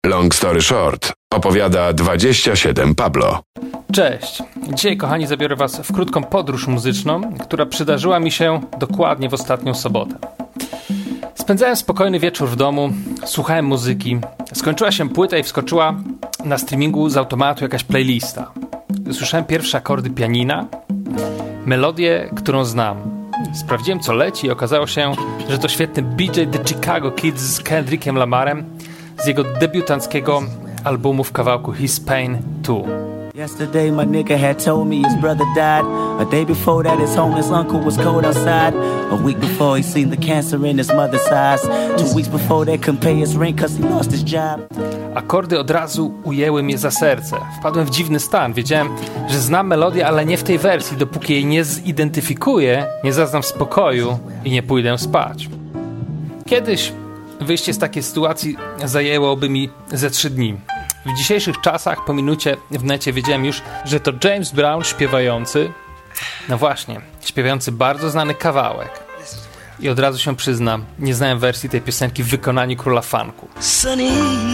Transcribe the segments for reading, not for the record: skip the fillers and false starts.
Long story short, opowiada 27 Pablo. Cześć. Dzisiaj, kochani, zabiorę was w krótką podróż muzyczną, która przydarzyła mi się dokładnie w ostatnią sobotę. Spędzałem spokojny wieczór w domu, słuchałem muzyki, skończyła się płyta i wskoczyła na streamingu z automatu jakaś playlista. Słyszałem pierwsze akordy pianina, melodię, którą znam. Sprawdziłem, co leci i okazało się, że to świetny BJ The Chicago Kids z Kendrickiem Lamarem z jego debiutanckiego albumu w kawałku His Pain 2. Yesterday my nigga had told me his brother died. A day before that his homeless uncle was cold outside. A week before he seen the cancer in his mother's eyes. 2 weeks before they couldn't pay his rent cause he lost his job. Akordy od razu ujęły mnie za serce. Wpadłem w dziwny stan. Wiedziałem, że znam melodię, ale nie w tej wersji. Dopóki jej nie zidentyfikuję, nie zaznam spokoju i nie pójdę spać. Kiedyś wyjście z takiej sytuacji zajęłoby mi ze 3 dni. W dzisiejszych czasach, po minucie w necie wiedziałem już, że to James Brown śpiewający, no właśnie, śpiewający bardzo znany kawałek. I od razu się przyznam, nie znałem wersji tej piosenki w wykonaniu króla funku. Sunny.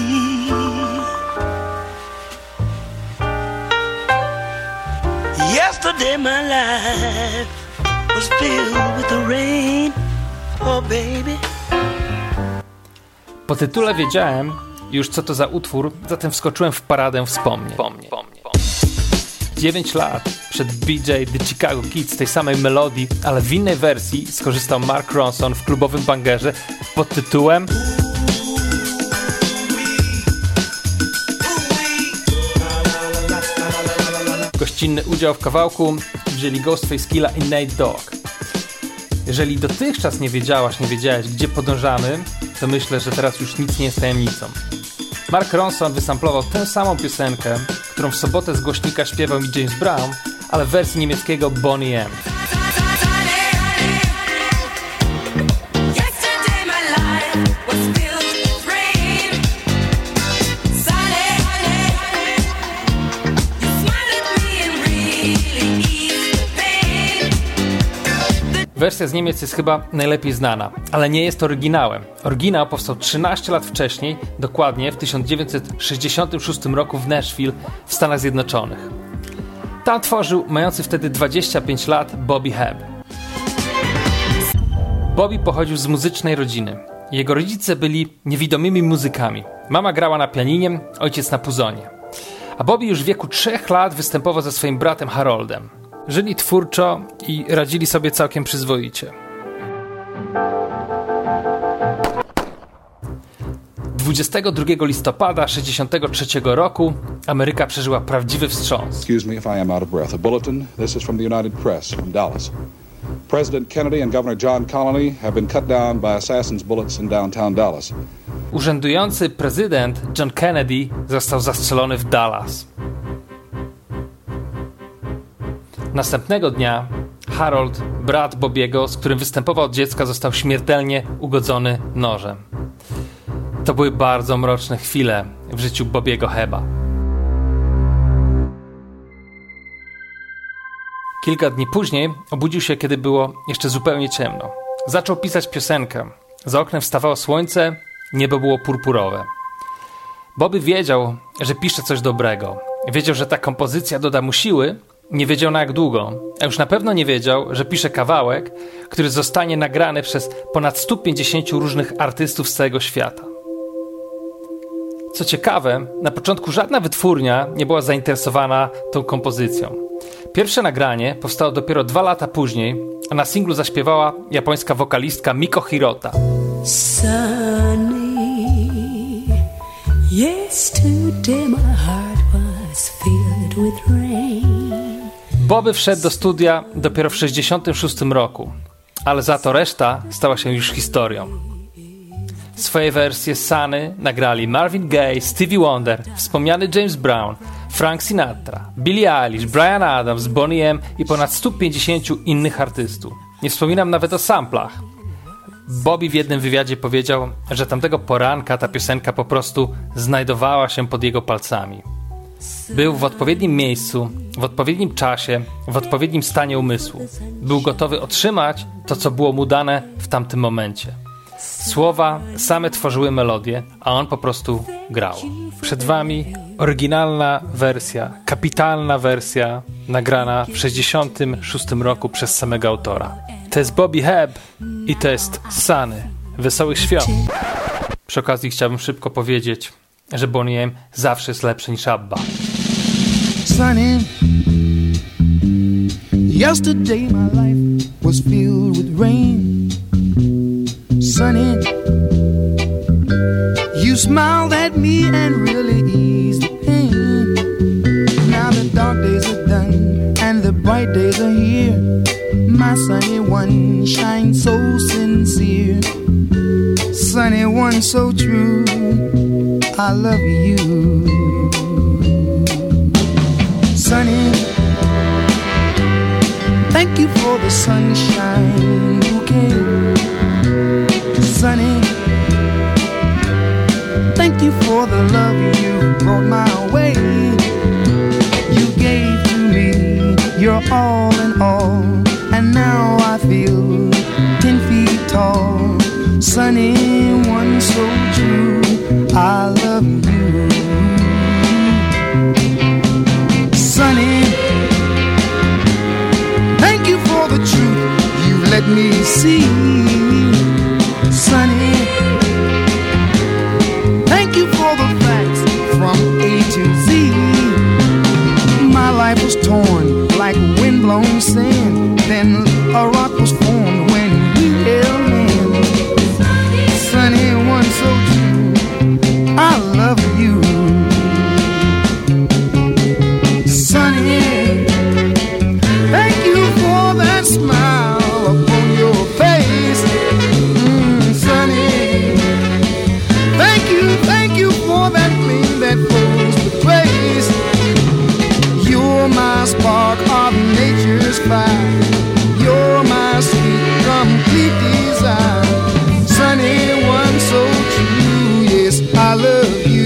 Yesterday my life was filled with the rain. Oh baby. Po tytule wiedziałem już, co to za utwór, zatem wskoczyłem w paradę wspomnień. 9 lat przed BJ The Chicago Kids tej samej melodii, ale w innej wersji skorzystał Mark Ronson w klubowym bangerze pod tytułem Gościnny udział w kawałku wzięli Ghostface Killah i Nate Dogg. Jeżeli dotychczas nie wiedziałeś, gdzie podążamy, to myślę, że teraz już nic nie jest tajemnicą. Mark Ronson wysamplował tę samą piosenkę, którą w sobotę z głośnika śpiewał mi James Brown, ale w wersji niemieckiego Boney M. Wersja z Niemiec jest chyba najlepiej znana, ale nie jest oryginałem. Oryginał powstał 13 lat wcześniej, dokładnie w 1966 roku w Nashville w Stanach Zjednoczonych. Tam tworzył mający wtedy 25 lat Bobby Hebb. Bobby pochodził z muzycznej rodziny. Jego rodzice byli niewidomymi muzykami. Mama grała na pianinie, ojciec na puzonie. A Bobby już w wieku 3 lat występował ze swoim bratem Haroldem. Żyli twórczo i radzili sobie całkiem przyzwoicie. 22 listopada 1963 roku Ameryka przeżyła prawdziwy wstrząs. Excuse me if I am out of breath. A bulletin. This is from the United Press from Dallas. President Kennedy and Governor John Connally have been cut down by assassins' bullets in downtown Dallas. Urzędujący prezydent John Kennedy został zastrzelony w Dallas. Następnego dnia Harold, brat Bobiego, z którym występował od dziecka, został śmiertelnie ugodzony nożem. To były bardzo mroczne chwile w życiu Bobiego Hebba. Kilka dni później obudził się, kiedy było jeszcze zupełnie ciemno. Zaczął pisać piosenkę. Za oknem wstawało słońce, niebo było purpurowe. Bobby wiedział, że pisze coś dobrego. Wiedział, że ta kompozycja doda mu siły. Nie wiedział na jak długo, a już na pewno nie wiedział, że pisze kawałek, który zostanie nagrany przez ponad 150 różnych artystów z całego świata. Co ciekawe, na początku żadna wytwórnia nie była zainteresowana tą kompozycją. Pierwsze nagranie powstało dopiero 2 lata później, a na singlu zaśpiewała japońska wokalistka Miko Hirota. Sunny, yesterday my heart was filled with rain. Bobby wszedł do studia dopiero w 1966 roku, ale za to reszta stała się już historią. Swoje wersje Sunny nagrali Marvin Gaye, Stevie Wonder, wspomniany James Brown, Frank Sinatra, Billie Eilish, Bryan Adams, Boney M i ponad 150 innych artystów. Nie wspominam nawet o samplach. Bobby w jednym wywiadzie powiedział, że tamtego poranka ta piosenka po prostu znajdowała się pod jego palcami. Był w odpowiednim miejscu, w odpowiednim czasie, w odpowiednim stanie umysłu. Był gotowy otrzymać to, co było mu dane w tamtym momencie. Słowa same tworzyły melodię, a on po prostu grał. Przed wami oryginalna wersja, kapitalna wersja, nagrana w 1966 roku przez samego autora. To jest Bobby Hebb i to jest Sunny. Wesołych świąt. Przy okazji chciałbym szybko powiedzieć, że Boney M zawsze jest lepszy niż Abba. Sunny, yesterday my life was filled with rain. Sunny, you smiled at me and really eased the pain. Now the dark days are done and the bright days are here. My sunny one shines so sincere. Sunny one so true, I love you. Sunny, thank you for the sunshine bouquet. Sunny, thank you for the love you brought my way. You gave to me your all in all, and now I feel 10 feet tall. Sunny one so true, I love you. Sunny, thank you for the truth you let me see. Sunny, thank you for the facts from A to Z. My life was torn like windblown sand, then a rock was formed when we held hands. Sunny one so true, I love you. Sunny, thank you for that smile upon your face. Sunny, thank you for that gleam that flows with grace. You're my spark of nature's fire. You're my sweet, complete desire. Sunny one so true, yes, I love you.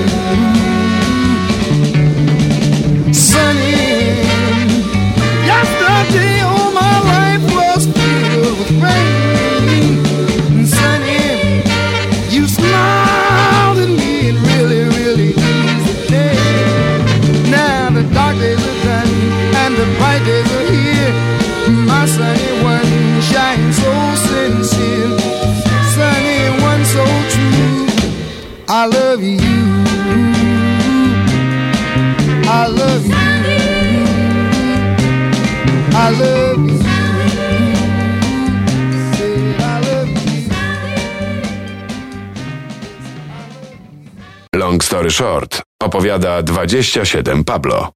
Sunny, yesterday all my life was filled with rain. Sunny, you smiled at me and really, really eased the day. Now the dark days are done and the bright days are here. My sunny one shines so sincere. Sunny one so true, I love you. I love you. I love you. Said I love you. Long story short, opowiada 27 Pablo.